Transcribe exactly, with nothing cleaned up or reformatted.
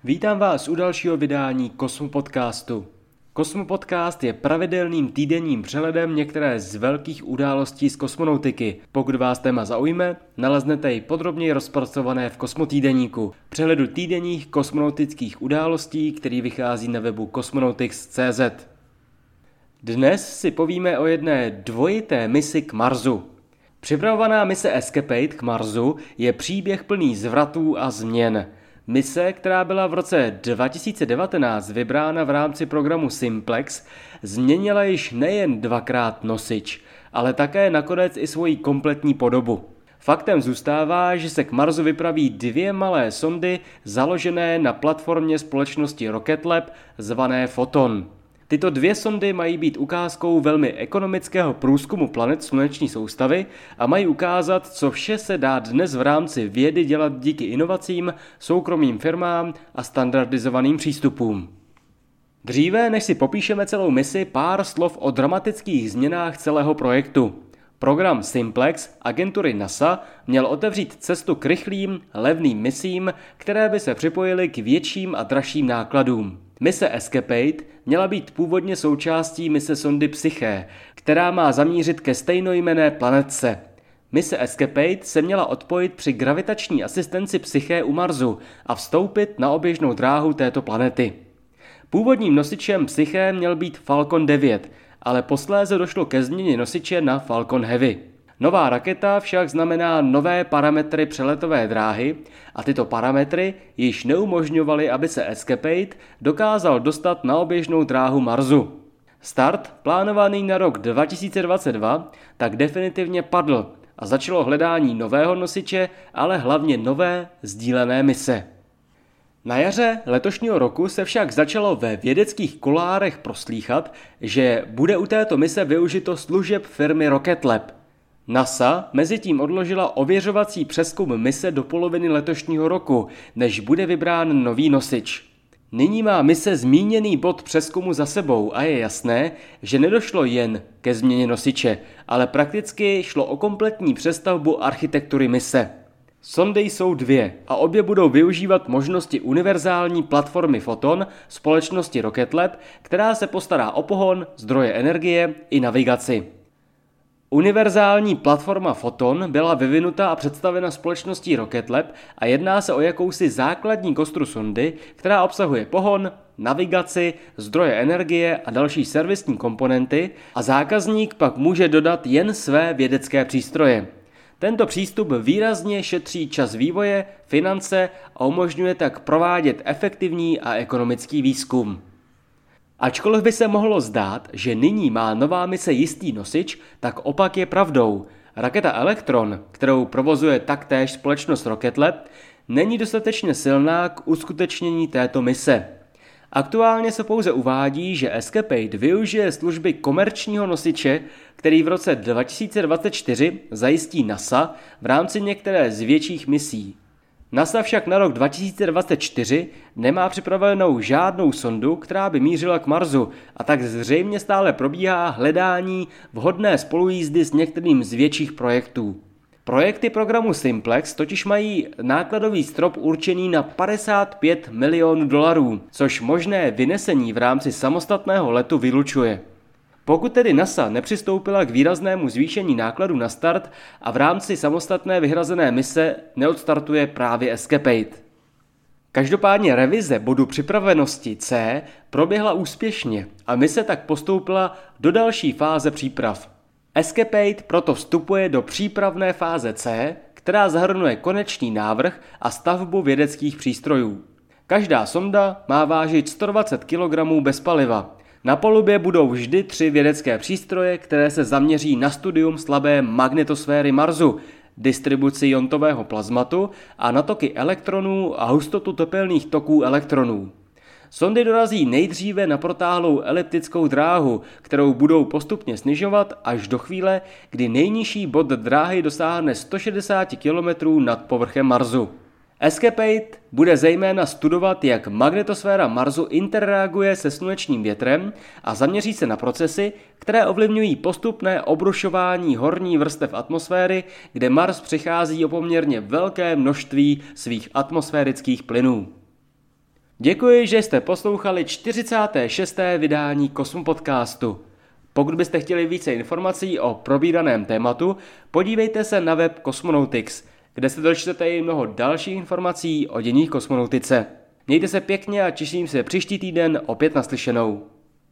Vítám vás u dalšího vydání Kosmo Podcastu. Kosmo Podcast je pravidelným týdenním přehledem některé z velkých událostí z kosmonautiky. Pokud vás téma zaujme, naleznete ji podrobněji rozpracované v Kosmo týdeníku, přehledu týdenních kosmonautických událostí, který vychází na webu Cosmonautics tečka cé zet. Dnes si povíme o jedné dvojité misi k Marsu. Připravovaná mise Escapade k Marsu je příběh plný zvratů a změn. Mise, která byla v roce dva tisíce devatenáct vybrána v rámci programu Simplex, změnila již nejen dvakrát nosič, ale také nakonec i svoji kompletní podobu. Faktem zůstává, že se k Marsu vypraví dvě malé sondy založené na platformě společnosti Rocket Lab zvané Photon. Tyto dvě sondy mají být ukázkou velmi ekonomického průzkumu planet sluneční soustavy a mají ukázat, co vše se dá dnes v rámci vědy dělat díky inovacím, soukromým firmám a standardizovaným přístupům. Dříve, než si popíšeme celou misi, pár slov o dramatických změnách celého projektu. Program Simplex agentury NASA měl otevřít cestu k rychlým, levným misím, které by se připojily k větším a dražším nákladům. Mise Escapade měla být původně součástí mise sondy Psyche, která má zamířit ke stejnojmenné planetce. Mise Escapade se měla odpojit při gravitační asistenci Psyche u Marsu a vstoupit na oběžnou dráhu této planety. Původním nosičem Psyche měl být Falcon devět, ale posléze došlo ke změně nosiče na Falcon Heavy. Nová raketa však znamená nové parametry přeletové dráhy a tyto parametry již neumožňovaly, aby se Escapade dokázal dostat na oběžnou dráhu Marsu. Start, plánovaný na rok dva tisíce dvacet dva, tak definitivně padl a začalo hledání nového nosiče, ale hlavně nové sdílené mise. Na jaře letošního roku se však začalo ve vědeckých kulárech proslýchat, že bude u této mise využito služeb firmy Rocket Lab. NASA mezitím odložila ověřovací přezkum mise do poloviny letošního roku, než bude vybrán nový nosič. Nyní má mise zmíněný bod přezkumu za sebou a je jasné, že nedošlo jen ke změně nosiče, ale prakticky šlo o kompletní přestavbu architektury mise. Sondy jsou dvě a obě budou využívat možnosti univerzální platformy Photon společnosti Rocket Lab, která se postará o pohon, zdroje energie i navigaci. Univerzální platforma Photon byla vyvinuta a představena společností Rocket Lab a jedná se o jakousi základní kostru sondy, která obsahuje pohon, navigaci, zdroje energie a další servisní komponenty a zákazník pak může dodat jen své vědecké přístroje. Tento přístup výrazně šetří čas vývoje, finance a umožňuje tak provádět efektivní a ekonomický výzkum. Ačkoliv by se mohlo zdát, že nyní má nová mise jistý nosič, tak opak je pravdou. Raketa Electron, kterou provozuje taktéž společnost Rocket Lab, není dostatečně silná k uskutečnění této mise. Aktuálně se pouze uvádí, že Escapade využije služby komerčního nosiče, který v roce dva tisíce dvacet čtyři zajistí NASA v rámci některé z větších misí. NASA však na rok dva tisíce dvacet čtyři nemá připravenou žádnou sondu, která by mířila k Marsu, a tak zřejmě stále probíhá hledání vhodné spolujízdy s některým z větších projektů. Projekty programu Simplex totiž mají nákladový strop určený na padesát pět milionů dolarů, což možné vynesení v rámci samostatného letu vylučuje. Pokud tedy NASA nepřistoupila k výraznému zvýšení nákladů na start a v rámci samostatné vyhrazené mise neodstartuje právě Escapade. Každopádně revize bodu připravenosti C proběhla úspěšně a mise tak postoupila do další fáze příprav. Escapade proto vstupuje do přípravné fáze C, která zahrnuje konečný návrh a stavbu vědeckých přístrojů. Každá sonda má vážit sto dvacet kilogramů bez paliva. Na palubě budou vždy tři vědecké přístroje, které se zaměří na studium slabé magnetosféry Marsu, distribuci iontového plazmatu a na toky elektronů a hustotu tepelných toků elektronů. Sondy dorazí nejdříve na protáhlou eliptickou dráhu, kterou budou postupně snižovat až do chvíle, kdy nejnižší bod dráhy dosáhne sto šedesát kilometrů nad povrchem Marsu. Escapade bude zejména studovat, jak magnetosféra Marsu interaguje se slunečním větrem a zaměří se na procesy, které ovlivňují postupné obrušování horní vrstev atmosféry, kde Mars přichází o poměrně velké množství svých atmosférických plynů. Děkuji, že jste poslouchali čtyřicáté šesté vydání Kosmu podcastu. Pokud byste chtěli více informací o probíraném tématu, podívejte se na web Cosmonautics, kde se dočtete i mnoho dalších informací o dění v kosmonautice. Mějte se pěkně a těším se příští týden opět naslyšenou.